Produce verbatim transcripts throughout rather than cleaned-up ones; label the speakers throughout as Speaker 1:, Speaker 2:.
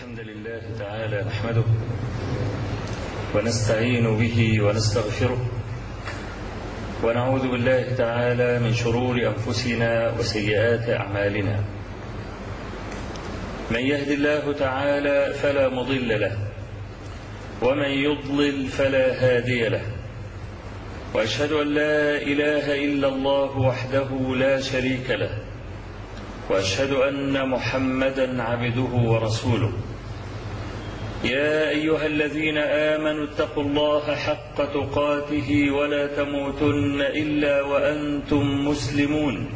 Speaker 1: الحمد لله تعالى نحمده ونستعين به ونستغفره ونعوذ بالله تعالى من شرور أنفسنا وسيئات أعمالنا. من يهد الله تعالى فلا مضل له ومن يضلل فلا هادي له، وأشهد أن لا إله إلا الله وحده لا شريك له، وأشهد أن محمدا عبده ورسوله. يا أيها الذين آمنوا اتقوا الله حق تقاته ولا تموتن إلا وأنتم مسلمون.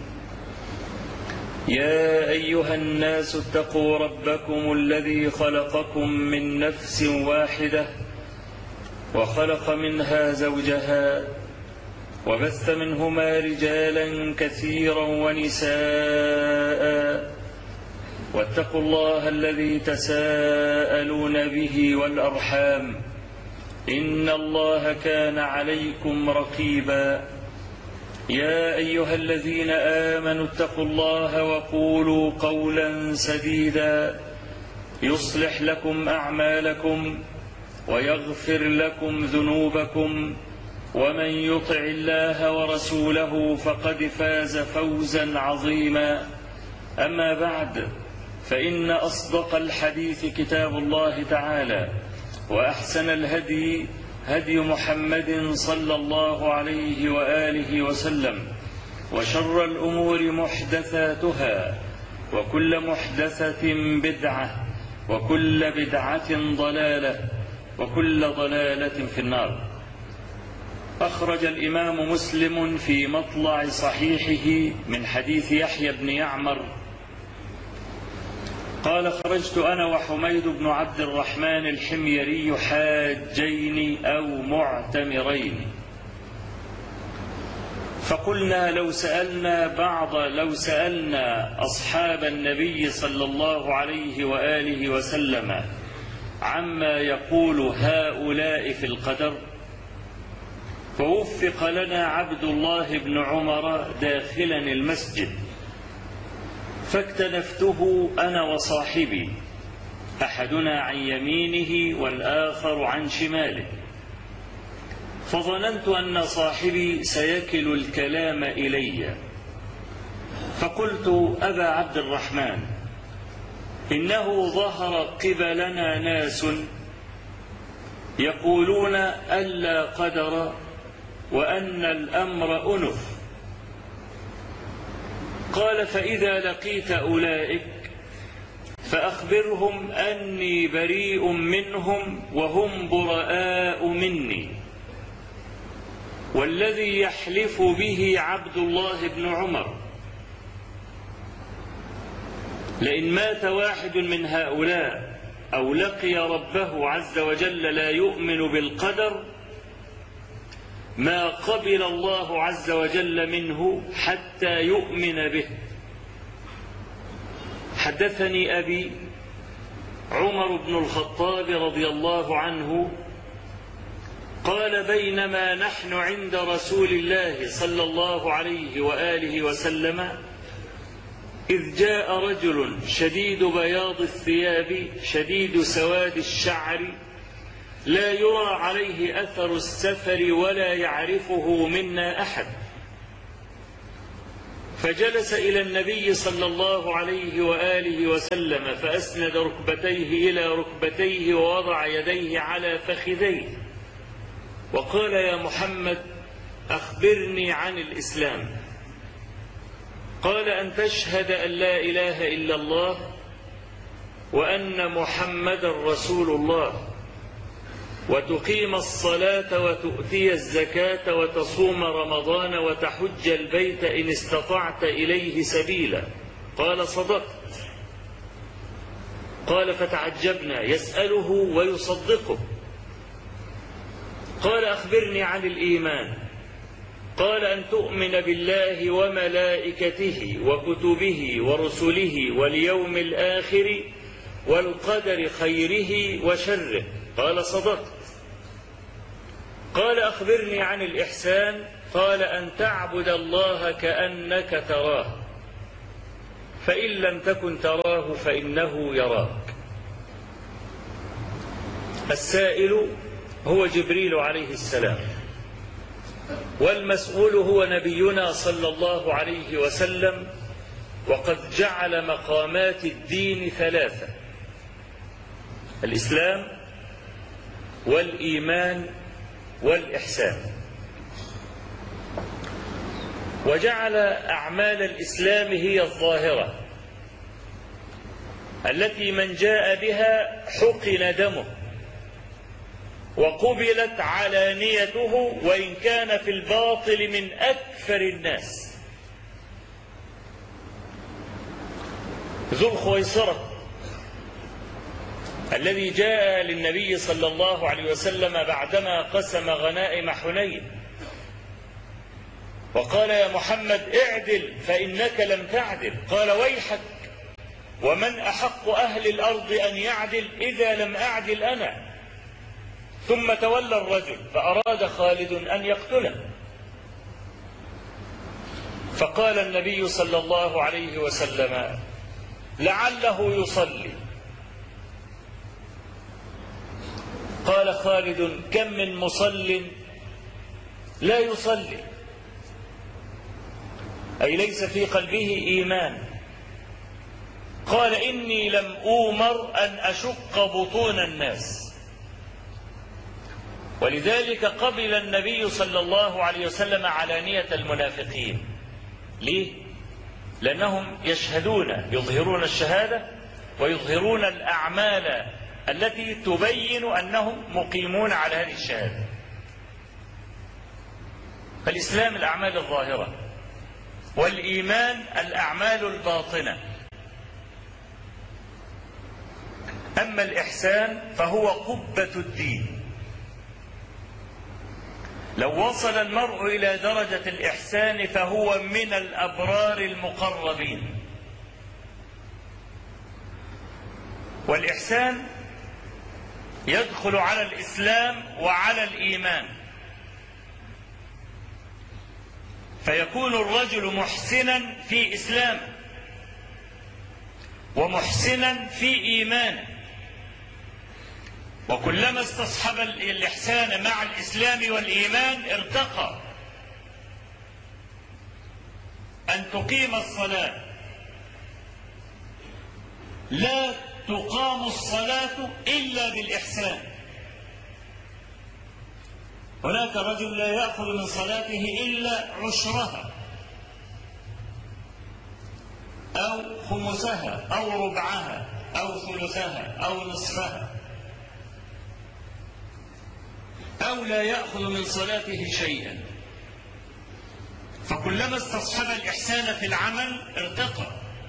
Speaker 1: يا أيها الناس اتقوا ربكم الذي خلقكم من نفس واحدة وخلق منها زوجها وبث منهما رجالا كثيرا ونساء، واتقوا الله الذي تساءلون به والأرحام إن الله كان عليكم رقيبا. يا أيها الذين آمنوا اتقوا الله وقولوا قولا سديدا يصلح لكم أعمالكم ويغفر لكم ذنوبكم، ومن يطع الله ورسوله فقد فاز فوزا عظيما. أما بعد، فإن أصدق الحديث كتاب الله تعالى، وأحسن الهدي هدي محمد صلى الله عليه وآله وسلم، وشر الأمور محدثاتها، وكل محدثة بدعة، وكل بدعة ضلالة، وكل ضلالة في النار. أخرج الإمام مسلم في مطلع صحيحه من حديث يحيى بن يعمر قال: خرجت أنا وحميد بن عبد الرحمن الحميري حاجين أو معتمرين، فقلنا لو سألنا بعض لو سألنا أصحاب النبي صلى الله عليه وآله وسلم عما يقول هؤلاء في القدر. فوفق لنا عبد الله بن عمر داخلا المسجد، فاكتنفته أنا وصاحبي، أحدنا عن يمينه والآخر عن شماله، فظننت أن صاحبي سيكل الكلام إلي، فقلت: أبا عبد الرحمن، إنه ظهر قبلنا ناس يقولون ألا قدر وأن الأمر أنف. قال: فإذا لقيت أولئك فأخبرهم أني بريء منهم وهم براء مني، والذي يحلف به عبد الله بن عمر لئن مات واحد من هؤلاء أو لقي ربه عز وجل لا يؤمن بالقدر ما قبل الله عز وجل منه حتى يؤمن به. حدثني أبي عمر بن الخطاب رضي الله عنه قال: بينما نحن عند رسول الله صلى الله عليه وآله وسلم إذ جاء رجل شديد بياض الثياب شديد سواد الشعر لا يرى عليه أثر السفر ولا يعرفه منا أحد، فجلس إلى النبي صلى الله عليه وآله وسلم فأسند ركبتيه إلى ركبتيه ووضع يديه على فخذيه وقال: يا محمد، أخبرني عن الإسلام. قال: أن تشهد أن لا إله إلا الله وأن محمدا رسول الله، وتقيم الصلاة وتؤتي الزكاة وتصوم رمضان وتحج البيت إن استطعت إليه سبيلا. قال: صدقت. قال: فتعجبنا، يسأله ويصدقه. قال: أخبرني عن الإيمان. قال: أن تؤمن بالله وملائكته وكتبه ورسله واليوم الآخر والقدر خيره وشره. قال: صدقت. قال: أخبرني عن الإحسان. قال: أن تعبد الله كأنك تراه، فإن لم تكن تراه فإنه يراك. السائل هو جبريل عليه السلام، والمسؤول هو نبينا صلى الله عليه وسلم، وقد جعل مقامات الدين ثلاثة: الإسلام والإيمان والإحسان، وجعل أعمال الإسلام هي الظاهرة التي من جاء بها حقن دمه وقبلت علانيته وإن كان في الباطل من أكثر الناس. ذو الخويصرة الذي جاء للنبي صلى الله عليه وسلم بعدما قسم غنائم حنين وقال: يا محمد اعدل فإنك لم تعدل. قال: ويحك، ومن أحق أهل الأرض أن يعدل إذا لم أعدل أنا؟ ثم تولى الرجل فأراد خالد أن يقتله، فقال النبي صلى الله عليه وسلم: لعله يصلي. قال خالد: كم من مصل لا يصلي، أي ليس في قلبه إيمان. قال: إني لم أومر أن أشق بطون الناس. ولذلك قبل النبي صلى الله عليه وسلم علانية المنافقين. ليه؟ لأنهم يشهدون، يظهرون الشهادة ويظهرون الأعمال التي تبين أنهم مقيمون على هذه الشهادة. فالإسلام الأعمال الظاهرة، والإيمان الأعمال الباطنة. أما الإحسان فهو قبة الدين. لو وصل المرء إلى درجة الإحسان فهو من الأبرار المقربين. والإحسان يدخل على الإسلام وعلى الإيمان، فيكون الرجل محسنا في إسلامه ومحسنا في إيمانه، وكلما استصحب الإحسان مع الإسلام والإيمان ارتقى. أن تقيم الصلاة، لا تقام الصلاة إلا بالإحسان. هناك رجل لا يأخذ من صلاته إلا عشرها أو خمسها أو ربعها أو ثلثها أو نصفها، أو لا يأخذ من صلاته شيئا. فكلما استصحب الإحسان في العمل ارتقى.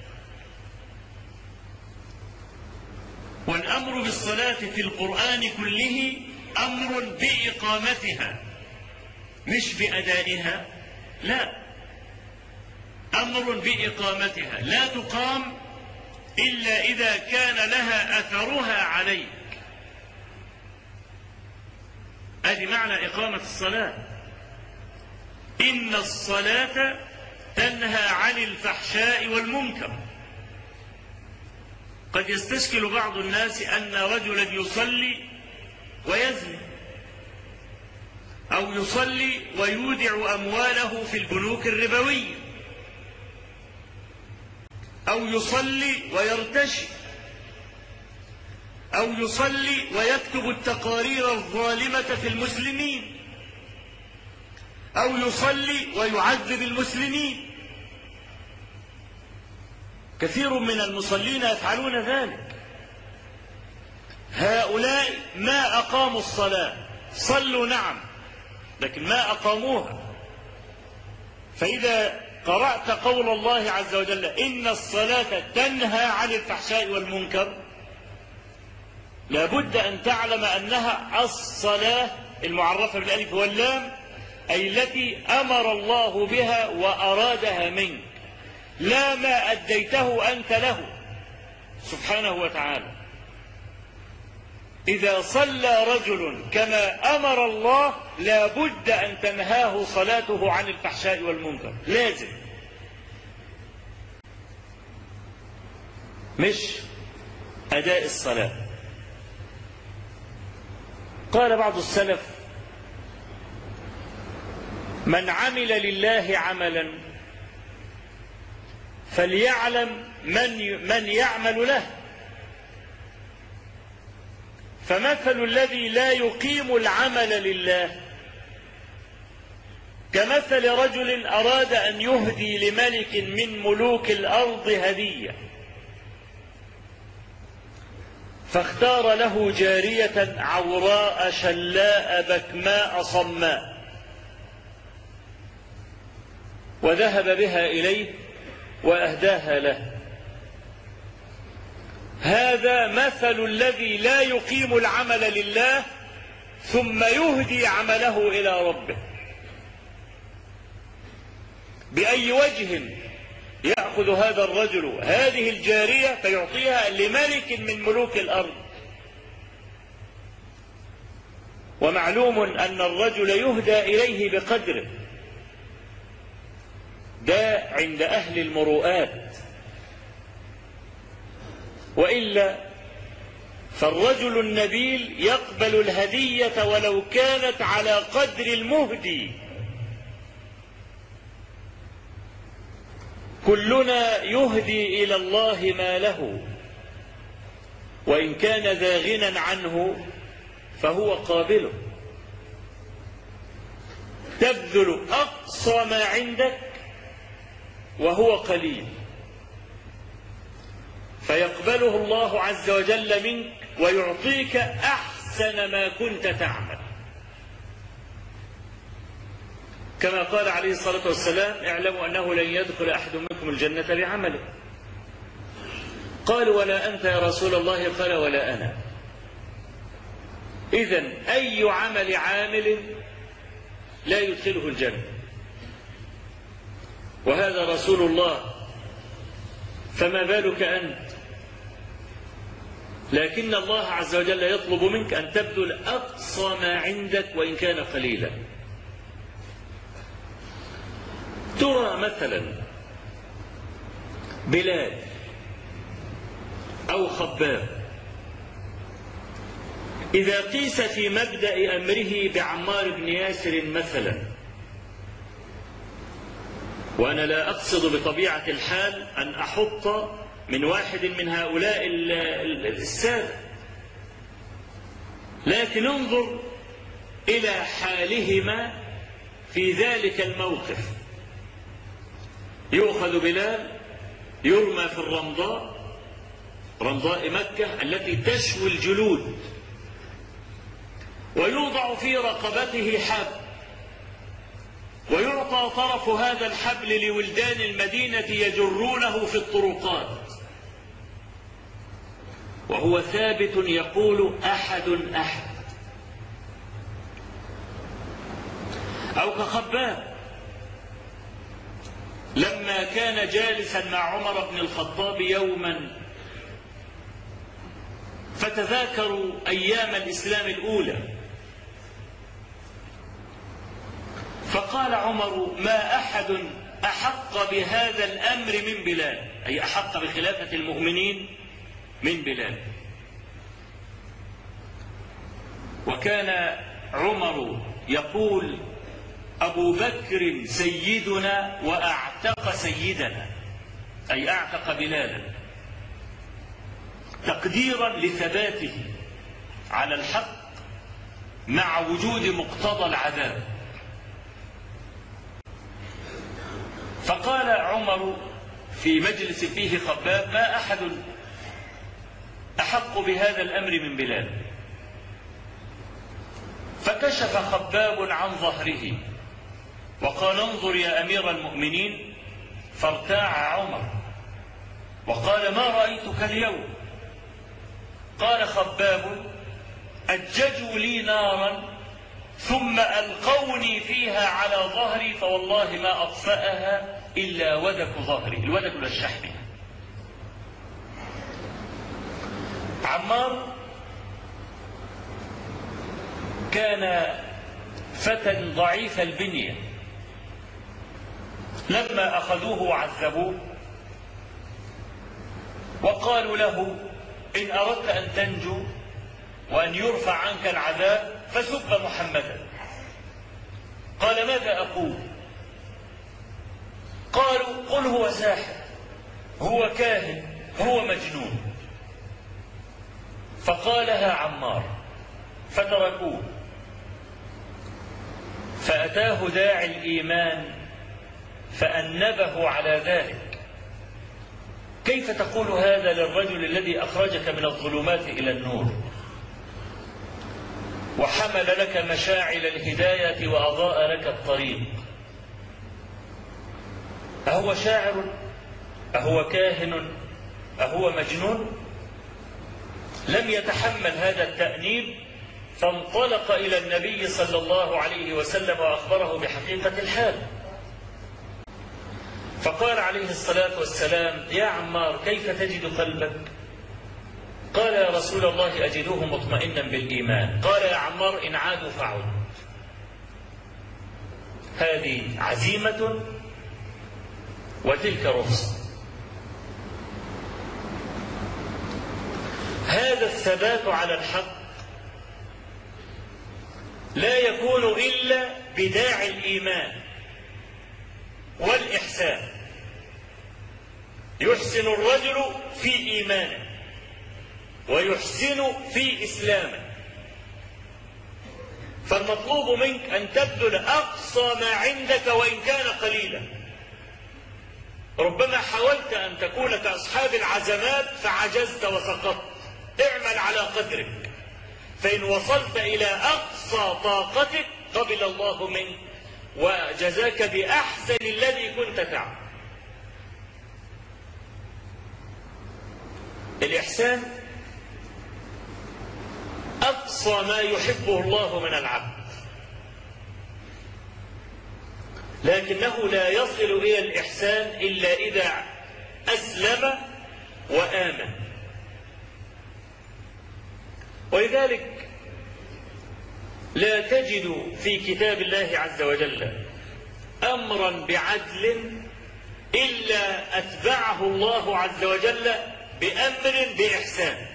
Speaker 1: والأمر بالصلاة في القرآن كله أمر بإقامتها مش بأدائها، لا، أمر بإقامتها. لا تقام إلا إذا كان لها أثرها عليك. هذه معنى إقامة الصلاة. إن الصلاة تنهى عن الفحشاء والمنكر. قد يستشكل بعض الناس أن رجلا يصلي ويزني، أو يصلي ويودع أمواله في البنوك الربوية، أو يصلي ويرتشي، أو يصلي ويكتب التقارير الظالمة في المسلمين، أو يصلي ويعذب المسلمين. كثير من المصلين يفعلون ذلك. هؤلاء ما أقاموا الصلاة، صلوا نعم لكن ما أقاموها. فإذا قرأت قول الله عز وجل إن الصلاة تنهى عن الفحشاء والمنكر، لابد أن تعلم أنها الصلاة المعرفة بالألف واللام، أي التي أمر الله بها وأرادها منك، لا ما أديته أنت له سبحانه وتعالى. إذا صلى رجل كما أمر الله لابد أن تنهاه صلاته عن الفحشاء والمنكر، لازم، مش أداء الصلاة. قال بعض السلف: من عمل لله عملا فليعلم من من يعمل له، فمثل الذي لا يقيم العمل لله كمثل رجل أراد أن يهدي لملك من ملوك الأرض هدية، فاختار له جارية عوراء شلاء بكماء صماء، وذهب بها إليه وأهداها له. هذا مثل الذي لا يقيم العمل لله ثم يهدي عمله إلى ربه. بأي وجه يأخذ هذا الرجل هذه الجارية فيعطيها لملك من ملوك الأرض؟ ومعلوم أن الرجل يهدى إليه بقدره، ده عند أهل المروءات، وإلا فالرجل النبيل يقبل الهدية ولو كانت على قدر المهدي. كلنا يهدي إلى الله ما له، وإن كان ذا غنى عنه فهو قابله. تبذل أقصى ما عندك وهو قليل، فيقبله الله عز وجل منك ويعطيك أحسن ما كنت تعمل، كما قال عليه الصلاة والسلام: اعلموا أنه لن يدخل أحد منكم الجنة بعمله. قالوا: ولا أنت يا رسول الله؟ قال: ولا أنا. إذن أي عمل عامل لا يدخله الجنة، وهذا رسول الله، فما بالك أنت؟ لكن الله عز وجل يطلب منك أن تبذل أقصى ما عندك وإن كان قليلا. ترى مثلا بلال أو خباب إذا قيس في مبدأ أمره بعمار بن ياسر مثلا، وأنا لا أقصد بطبيعة الحال أن أحط من واحد من هؤلاء السادة، لكن انظر إلى حالهما في ذلك الموقف. يؤخذ بلال يرمى في الرمضاء، رمضاء مكة التي تشوي الجلود، ويوضع في رقبته حبل، ويعطى طرف هذا الحبل لولدان المدينة يجرونه في الطرقات، وهو ثابت يقول: أحد أحد. أو كخباب لما كان جالسا مع عمر بن الخطاب يوما، فتذاكروا أيام الإسلام الأولى، فقال عمر: ما أحد أحق بهذا الأمر من بلال، أي أحق بخلافة المؤمنين من بلال. وكان عمر يقول: أبو بكر سيدنا وأعتق سيدنا، أي أعتق بلالا، تقديرا لثباته على الحق مع وجود مقتضى العذاب. فقال عمر في مجلس فيه خباب: ما أحد أحق بهذا الأمر من بلال. فكشف خباب عن ظهره وقال: انظر يا أمير المؤمنين. فارتاع عمر وقال: ما رأيتك اليوم؟ قال خباب: أججوا لي نارا ثم ألقوني فيها على ظهري، فوالله ما أطفأها إلا ودك ظهري. الودك للشحم. عمار كان فتى ضعيف البنية، لما أخذوه وعذبوه وقالوا له: إن أردت أن تنجو وأن يرفع عنك العذاب فسب محمدا. قال ماذا أقول؟ قالوا قل هو ساحر، هو كاهن، هو مجنون. فقالها عمار فتركوه. فأتاه داعي الإيمان فأنبه على ذلك. كيف تقول هذا للرجل الذي أخرجك من الظلمات إلى النور وحمل لك مشاعل الهداية وأضاء لك الطريق؟ أهو شاعر؟ أهو كاهن؟ أهو مجنون؟ لم يتحمل هذا التأنيب، فانطلق إلى النبي صلى الله عليه وسلم وأخبره بحقيقة الحال. فقال عليه الصلاة والسلام: يا عمار كيف تجد قلبك؟ قال: يا رسول الله أجده مطمئنا بالإيمان. قال: يا عمار إن عادوا فعد. هذه عزيمة وتلك رخصة. هذا الثبات على الحق لا يكون إلا بداعي الإيمان والإحسان. يحسن الرجل في إيمانه ويحسن في إسلامه. فالمطلوب منك أن تبذل أقصى ما عندك وإن كان قليلا. ربما حاولت أن تكون كأصحاب العزمات فعجزت وسقطت. اعمل على قدرك، فإن وصلت إلى أقصى طاقتك قبل الله منك وجزاك بأحسن الذي كنت تعمل. الإحسان أقصى ما يحبه الله من العبد، لكنه لا يصل إلى الإحسان إلا إذا أسلم وآمن. ولذلك لا تجد في كتاب الله عز وجل أمرا بعدل إلا أتبعه الله عز وجل بأمر بإحسان.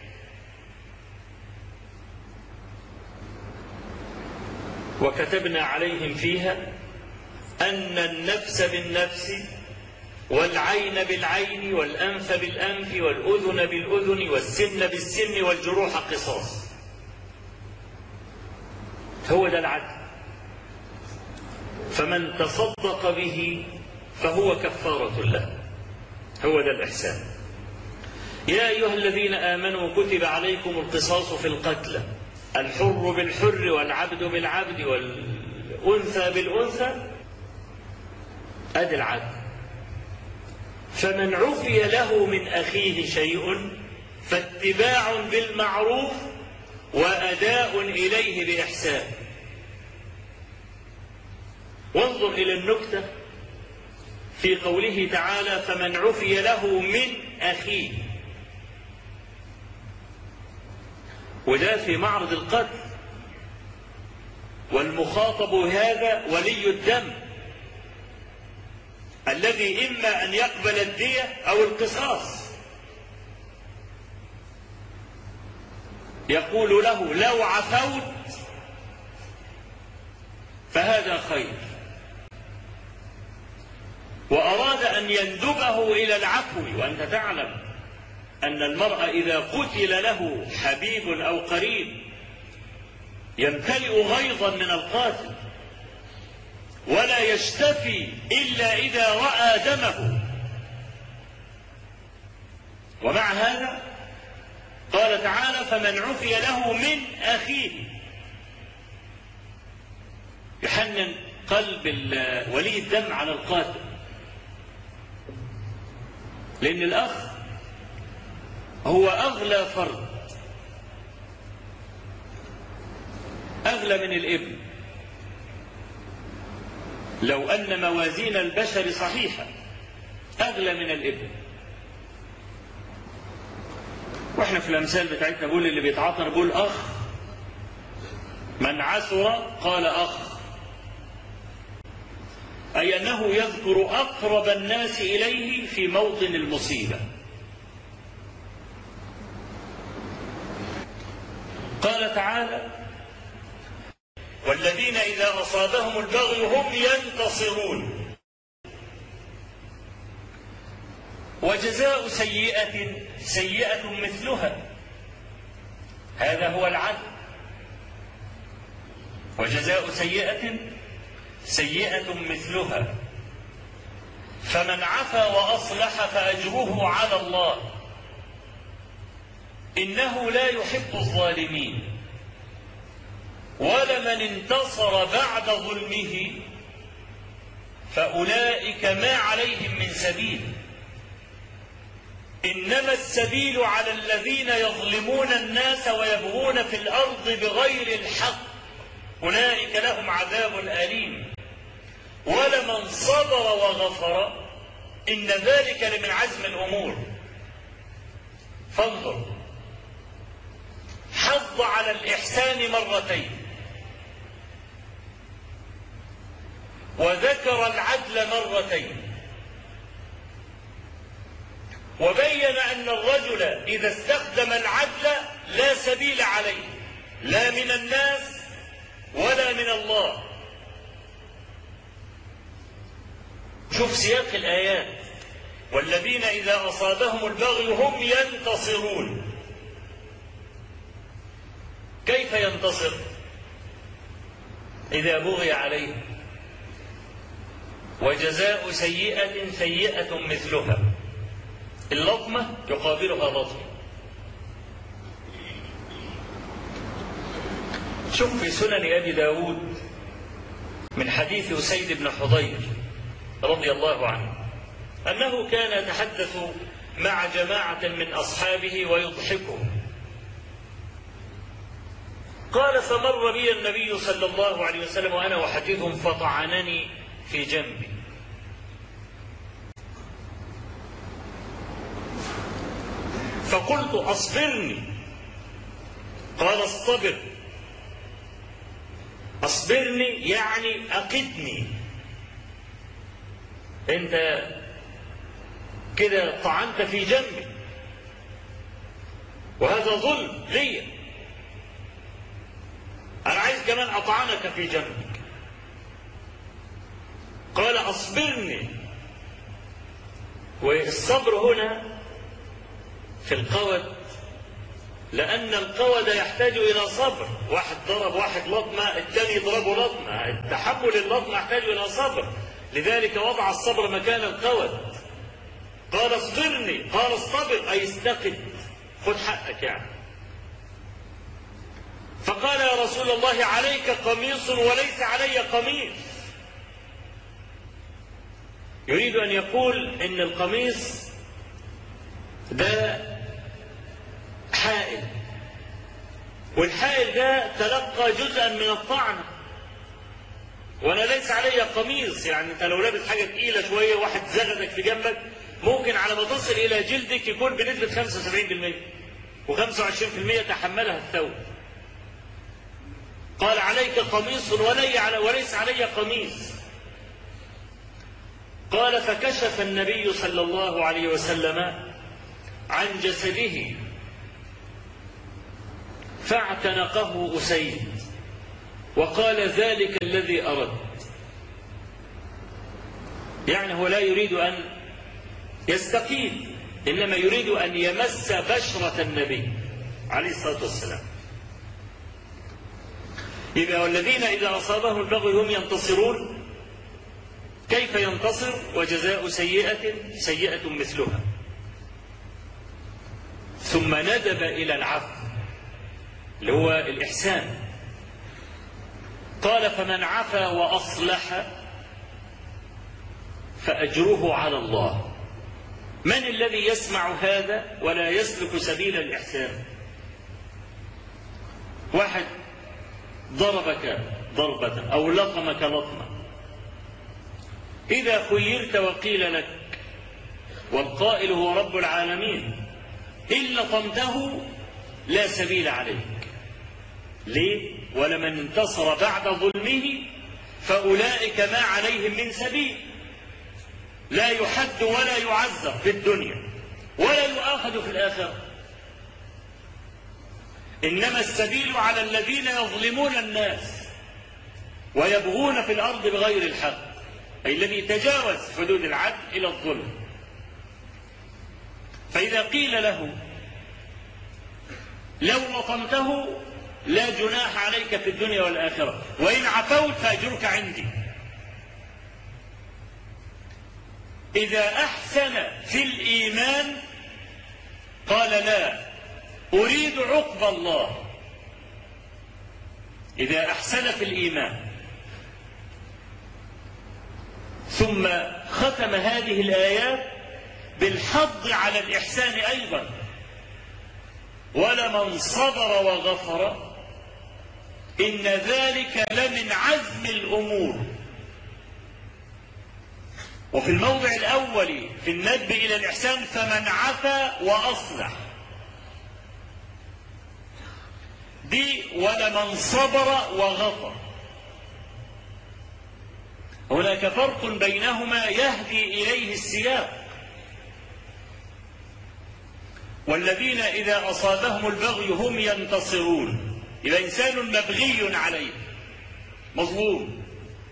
Speaker 1: وكتبنا عليهم فيها أن النفس بالنفس والعين بالعين والأنف بالأنف والأذن بالأذن والسن بالسن والجروح قصاص. هو ده العدل. فمن تصدق به فهو كفارة له. هو ده الإحسان. يا أيها الذين آمنوا كتب عليكم القصاص في القتلى، الحر بالحر والعبد بالعبد والأنثى بالأنثى. أدي العدل. فمن عفي له من أخيه شيء فاتباع بالمعروف وأداء إليه بإحسان. وانظر إلى النكتة في قوله تعالى: فمن عفي له من أخيه. وده في معرض القتل، والمخاطب هذا ولي الدم الذي إما أن يقبل الدية أو القصاص. يقول له: لو عفوت فهذا خير. وأراد أن يندبه إلى العفو. وأنت تعلم أن المرء إذا قتل له حبيب أو قريب يمتلئ غيظا من القاتل، ولا يشتفي إلا إذا رأى دمه. ومع هذا قال تعالى: فمن عفي له من أخيه. يحنن قلب ولي الدم على القاتل، لأن الأخ هو أغلى فرد، أغلى من الابن. لو أن موازين البشر صحيحة أغلى من الابن. وإحنا في الأمثال بتاعتنا نقول اللي بيتعاطى نقول أخ. من عسر قال أخ، أي أنه يذكر أقرب الناس إليه في موطن المصيبة. قال تعالى: والذين إذا أصابهم البغي هم ينتصرون. وجزاء سيئة سيئة مثلها، هذا هو العدل. وجزاء سيئة سيئة مثلها، فمن عفا وأصلح فأجره على الله، إنه لا يحب الظالمين. ولمن انتصر بعد ظلمه فأولئك ما عليهم من سبيل، إنما السبيل على الذين يظلمون الناس ويبغون في الأرض بغير الحق، أولئك لهم عذاب أليم. ولمن صبر وغفر إن ذلك لمن عزم الأمور. فانظر، حض على الإحسان مرتين، وذكر العدل مرتين، وبين أن الرجل إذا استخدم العدل لا سبيل عليه، لا من الناس ولا من الله. شوف سياق الآيات: والذين إذا أصابهم البغي هم ينتصرون. كيف ينتصر؟ إذا بغي عليه. وجزاء سيئة سيئة مثلها، اللطمة يقابلها لطمة. شوف في سنن أبي داود من حديث أسيد بن حضير رضي الله عنه أنه كان يتحدث مع جماعة من أصحابه ويضحكهم. قال: فمر بي النبي صلى الله عليه وسلم وأنا أحدثهم فطعنني في جنبي، فقلت: أصبرني. قال: اصطبر. أصبرني يعني أقدني، أنت كده طعنت في جنبي وهذا ظلم لي، أنا عايز كمان أطعنك في جنبك. قال: أصبرني. والصبر هنا في القود، لأن القود يحتاج إلى صبر. واحد ضرب واحد لطمة، الثاني يضربه لطمة، تحمل اللطمة يحتاج إلى صبر، لذلك وضع الصبر مكان القود. قال: اصبرني. قال: اصطبر أي استقد، خذ حقك يعني. فقال: يا رسول الله عليك قميص وليس علي قميص. يريد أن يقول إن القميص ده حائل، والحائل ده تلقى جزءا من الطعنة، وانا ليس علي قميص. يعني انت لو لابس حاجه ثقيله شويه واحد زغدك في جنبك، ممكن على ما تصل الى جلدك يكون بنسبه خمسة وسبعين بالمئة وخمسة وعشرين بالمئة تحملها الثوب. قال: عليك قميص وليس علي قميص. قال: فكشف النبي صلى الله عليه وسلم عن جسده فاعتنقه أسيد وقال: ذلك الذي أردت. يعني هو لا يريد أن يستقيم، إنما يريد أن يمس بشرة النبي عليه الصلاة والسلام. يبقى والذين إذا أصابهم البغي هم ينتصرون. كيف ينتصر؟ وجزاء سيئة سيئة مثلها. ثم ندب إلى العفو اللي هو الإحسان. قال: فمن عفا وأصلح فأجره على الله. من الذي يسمع هذا ولا يسلك سبيل الإحسان؟ واحد ضربك ضربة أو لطمك لطمة، إذا خيرت وقيل لك والقائل هو رب العالمين إن لطمته لا سبيل عليك. ليه؟ ولمن انتصر بعد ظلمه فأولئك ما عليهم من سبيل، لا يحد ولا يعذر في الدنيا ولا يؤاخذ في الآخرة. إنما السبيل على الذين يظلمون الناس ويبغون في الأرض بغير الحق، أي الذي تجاوز حدود العدل إلى الظلم. فإذا قيل له لو لطمته لا جناح عليك في الدنيا والآخرة، وإن عفوت فأجرك عندي. إذا أحسن في الإيمان قال لا أريد عقب الله. إذا أحسن في الإيمان. ثم ختم هذه الآيات بالحض على الإحسان أيضا. ولمن صبر وغفر إن ذلك لمن عزم الأمور. وفي الموضع الأول في الندب إلى الإحسان فمن عفا وأصلح، دي ولمن صبر وغفر. هناك فرق بينهما يهدي إليه السياق. والذين إذا أصابهم البغي هم ينتصرون، يبقى إنسان مبغي عليه مظلوم،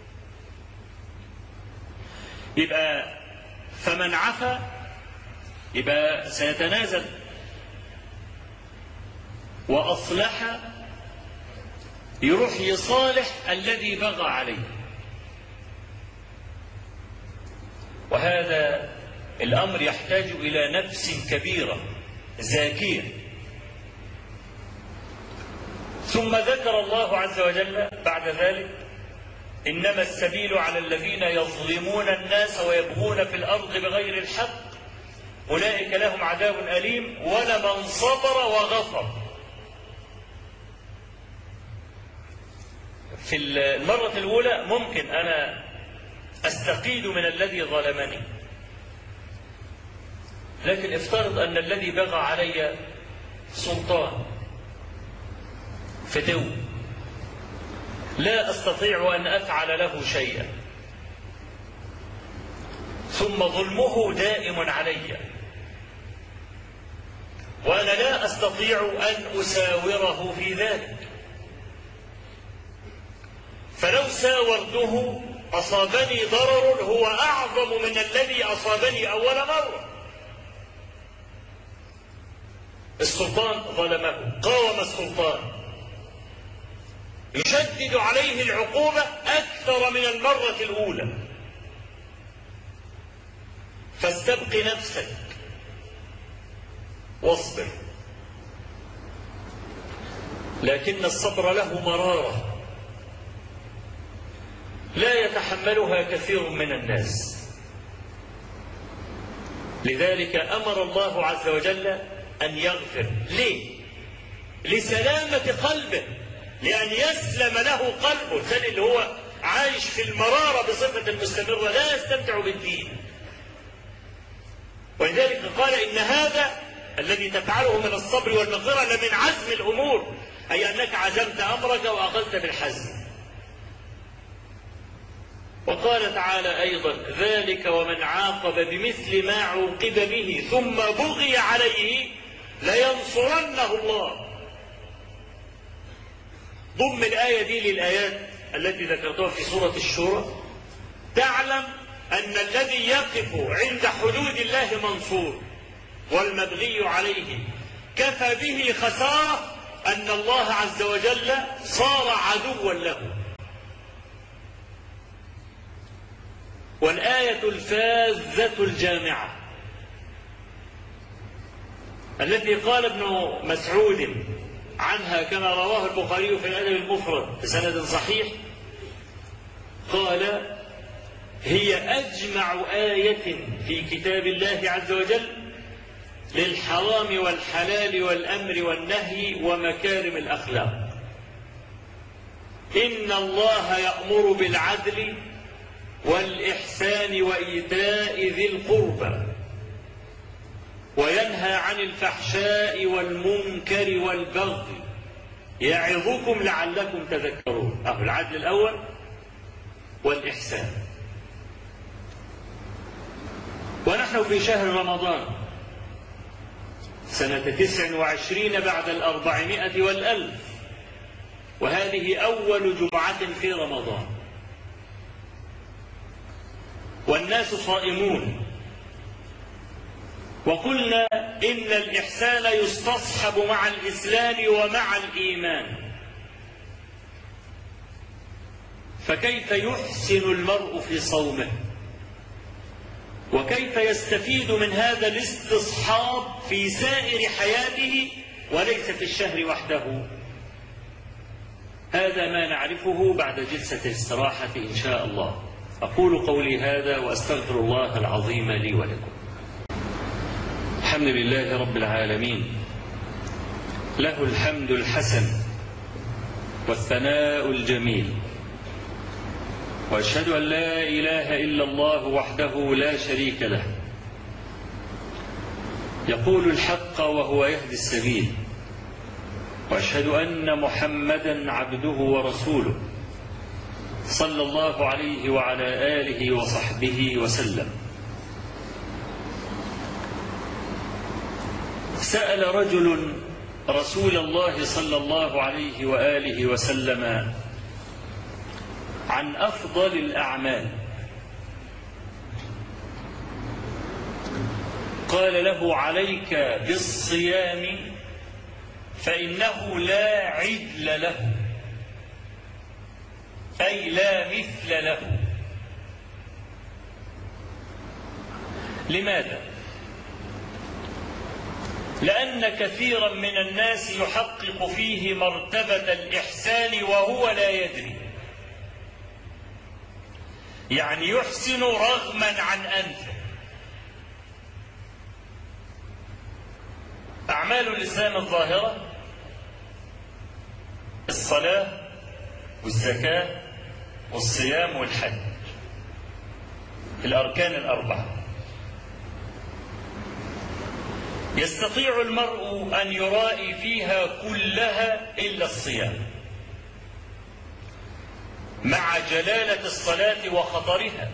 Speaker 1: يبقى فمن عفا يبقى سيتنازل، وأصلح يروح يصالح الذي بغى عليه. وهذا الأمر يحتاج إلى نفس كبيرة زاكية. ثم ذكر الله عز وجل بعد ذلك إنما السبيل على الذين يظلمون الناس ويبغون في الأرض بغير الحق أولئك لهم عذاب أليم ولمن صبر وغفر. في المرة الأولى ممكن أنا أستقيد من الذي ظلمني، لكن افترض أن الذي بغى علي سلطان فتو لا أستطيع أن أفعل له شيئا، ثم ظلمه دائم علي وأنا لا أستطيع أن أساوره في ذلك، فلو ساورته أصابني ضرر هو أعظم من الذي أصابني أول مرة. السلطان ظلمه، قاوم السلطان، يشدد عليه العقوبة أكثر من المرة الأولى. فاستبق نفسك واصبر، لكن الصبر له مرارة لا يتحملها كثير من الناس. لذلك أمر الله عز وجل أن يغفر. ليه؟ لسلامة قلبه، لأن يسلم له قلبه. الثاني اللي هو عايش في المرارة بصفة المستمرة لا يستمتع بالدين. ولذلك قال إن هذا الذي تفعله من الصبر والمغفرة لمن عزم الأمور، أي أنك عزمت أمرك وأخذت بالحزم. وقال تعالى أيضا ذلك ومن عاقب بمثل ما عوقب به ثم بغي عليه لينصرنه الله. ضم الآية دي للآيات التي ذكرتها في سورة الشورى، تعلم أن الذي يقف عند حدود الله منصور، والمبغي عليه كفى به خسارة أن الله عز وجل صار عدوا له. والآية الفاذة الجامعة التي قال ابن مسعود عنها كما رواه البخاري في الأدب المفرد بسند صحيح، قال هي أجمع آية في كتاب الله عز وجل للحرام والحلال والأمر والنهي ومكارم الأخلاق. إن الله يأمر بالعدل والإحسان وإيتاء ذي القربى وينهى عن الفحشاء والمنكر والبغي يعظكم لعلكم تذكرون. أهو العدل الأول والإحسان. ونحن في شهر رمضان، سنة تسع وعشرين بعد الأربعمائة والألف، وهذه أول جمعة في رمضان، والناس صائمون. وقلنا إن الإحسان يستصحب مع الإسلام ومع الإيمان، فكيف يحسن المرء في صومه؟ وكيف يستفيد من هذا الاستصحاب في سائر حياته وليس في الشهر وحده؟ هذا ما نعرفه بعد جلسة الاستراحة إن شاء الله. أقول قولي هذا وأستغفر الله العظيم لي ولكم. الحمد لله رب العالمين، له الحمد الحسن والثناء الجميل، وأشهد أن لا إله إلا الله وحده لا شريك له، يقول الحق وهو يهدي السبيل، وأشهد أن محمدا عبده ورسوله صلى الله عليه وعلى آله وصحبه وسلم. سأل رجل رسول الله صلى الله عليه وآله وسلم عن أفضل الأعمال، قال له: عليك بالصيام فإنه لا عدل له، أي لا مثل له. لماذا؟ لأن كثيرا من الناس يحقق فيه مرتبة الإحسان وهو لا يدري، يعني يحسن رغما عن أنفه. أعمال الإسلام الظاهرة: الصلاة والزكاة والصيام والحج، الأركان الأربعة. يستطيع المرء أن يرائي فيها كلها إلا الصيام، مع جلالة الصلاة وخطرها،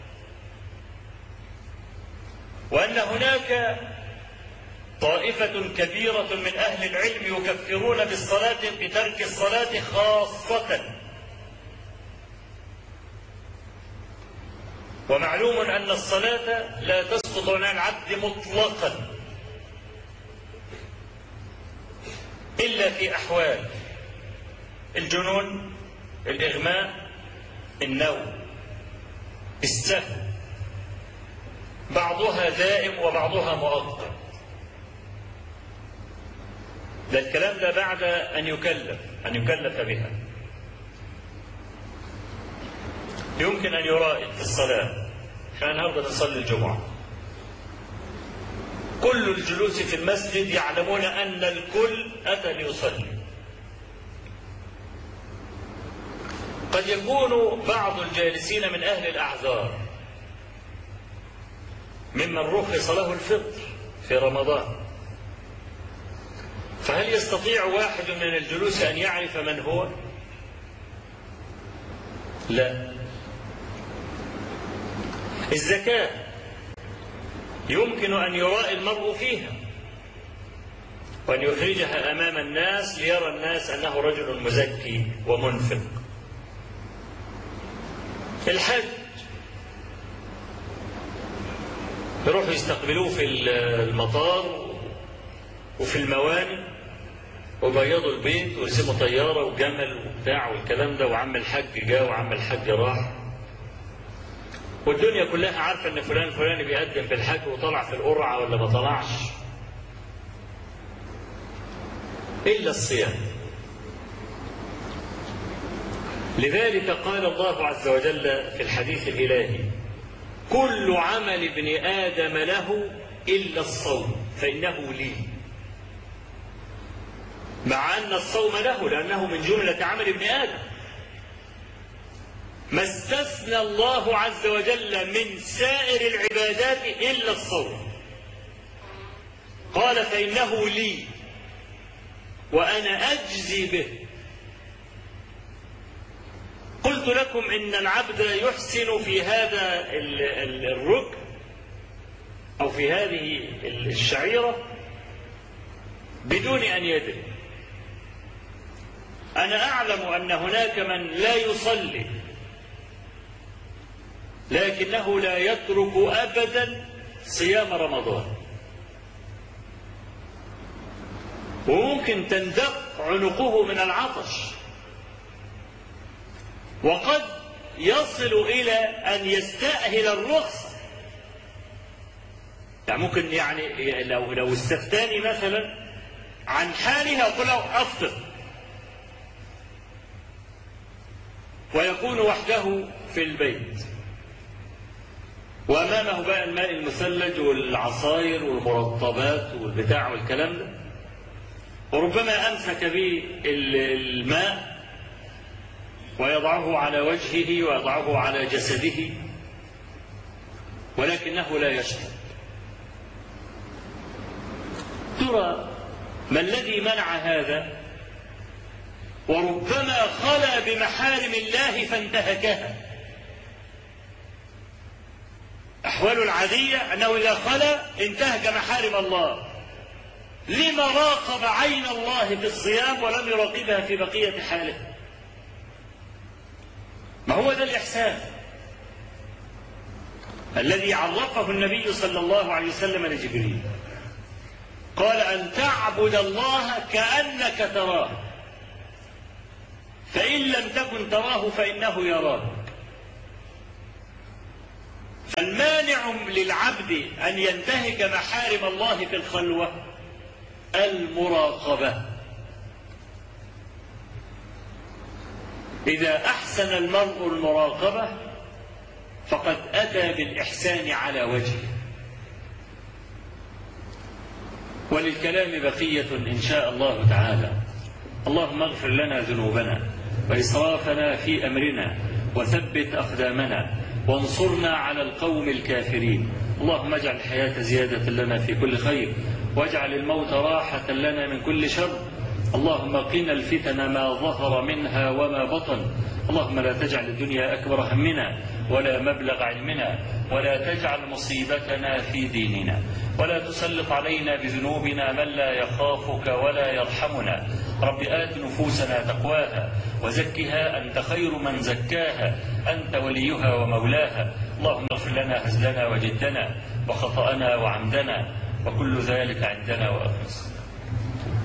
Speaker 1: وأن هناك طائفة كبيرة من أهل العلم يكفرون بالصلاة بترك الصلاة خاصة. ومعلوم أن الصلاة لا تسقط عن العبد مطلقا إلا في أحوال: الجنون، الإغماء، النوم، السهو، بعضها دائم وبعضها مؤقت. ده الكلام ده بعد أن يكلف أن يكلف بها. يمكن أن يرائد في الصلاة. احنا النهارده بنصلي الجمعة، كل الجلوس في المسجد يعلمون أن الكل أتى ليصلي. قد يكون بعض الجالسين من أهل الأعذار ممن رخص له الفطر في رمضان، فهل يستطيع واحد من الجلوس أن يعرف من هو؟ لا. الزكاة يمكن أن يرائي المرء فيها وأن يخرجها أمام الناس ليرى الناس أنه رجل مزكي ومنفق. الحج يروحوا يستقبلوه في المطار وفي الموانئ وبيضوا البيت ويرسموا طيارة وجمل وبتاع والكلام ده، وعم الحج جاء وعم الحج راح، والدنيا كلها عارفة ان فلان فلان بيقدم في الحج وطلع في القرعة ولا ما طلعش. إلا الصيام. لذلك قال الله عز وجل في الحديث الإلهي: كل عمل ابن آدم له إلا الصوم فإنه لي، مع أن الصوم له لأنه من جملة عمل ابن آدم. ما استثنى الله عز وجل من سائر العبادات إلا الصوم، قال: فإنه لي وأنا أجزي به. قلت لكم إن العبد يحسن في هذا الركن أو في هذه الشعيرة بدون أن يدري. أنا أعلم أن هناك من لا يصلي لكنه لا يترك أبدا صيام رمضان، وممكن تندق عنقه من العطش، وقد يصل إلى أن يستأهل الرخصة. يعني ممكن يعني لو لو استفتاني مثلا عن حالها أقول له أفطر، ويكون وحده في البيت وأمامه بقى الماء المثلج والعصاير والمرطبات والبتاع والكلام ده، وربما أمسك به الماء ويضعه على وجهه ويضعه على جسده، ولكنه لا يشرب. ترى ما الذي منع هذا؟ وربما خلا بمحارم الله فانتهكها. أحواله العادية أنه إذا خلا انتهك محارم الله. لما راقب عين الله في الصيام ولم يراقبها في بقية حاله؟ ما هو ذا الإحسان الذي عرفه النبي صلى الله عليه وسلم لجبريل، قال أن تعبد الله كأنك تراه، فإن لم تكن تراه فإنه يراك. فالمانع للعبد أن ينتهك محارم الله في الخلوة المراقبة. إذا أحسن المرء المراقبة فقد أتى بالإحسان على وجهه. وللكلام بقية إن شاء الله تعالى. اللهم اغفر لنا ذنوبنا وإسرافنا في أمرنا وثبت أقدامنا وانصرنا على القوم الكافرين. اللهم اجعل الحياة زيادة لنا في كل خير، واجعل الموت راحة لنا من كل شر. اللهم قنا الفتن ما ظهر منها وما بطن. اللهم لا تجعل الدنيا أكبر همنا ولا مبلغ علمنا، ولا تجعل مصيبتنا في ديننا، ولا تسلط علينا بذنوبنا من لا يخافك ولا يرحمنا. رب آت نفوسنا تقواها وزكها أنت خير من زكاها، أنت وليها ومولاها. اللهم اغفر لنا هزلنا وجدنا وخطأنا وعمدنا، وكل ذلك عندنا وأخلص.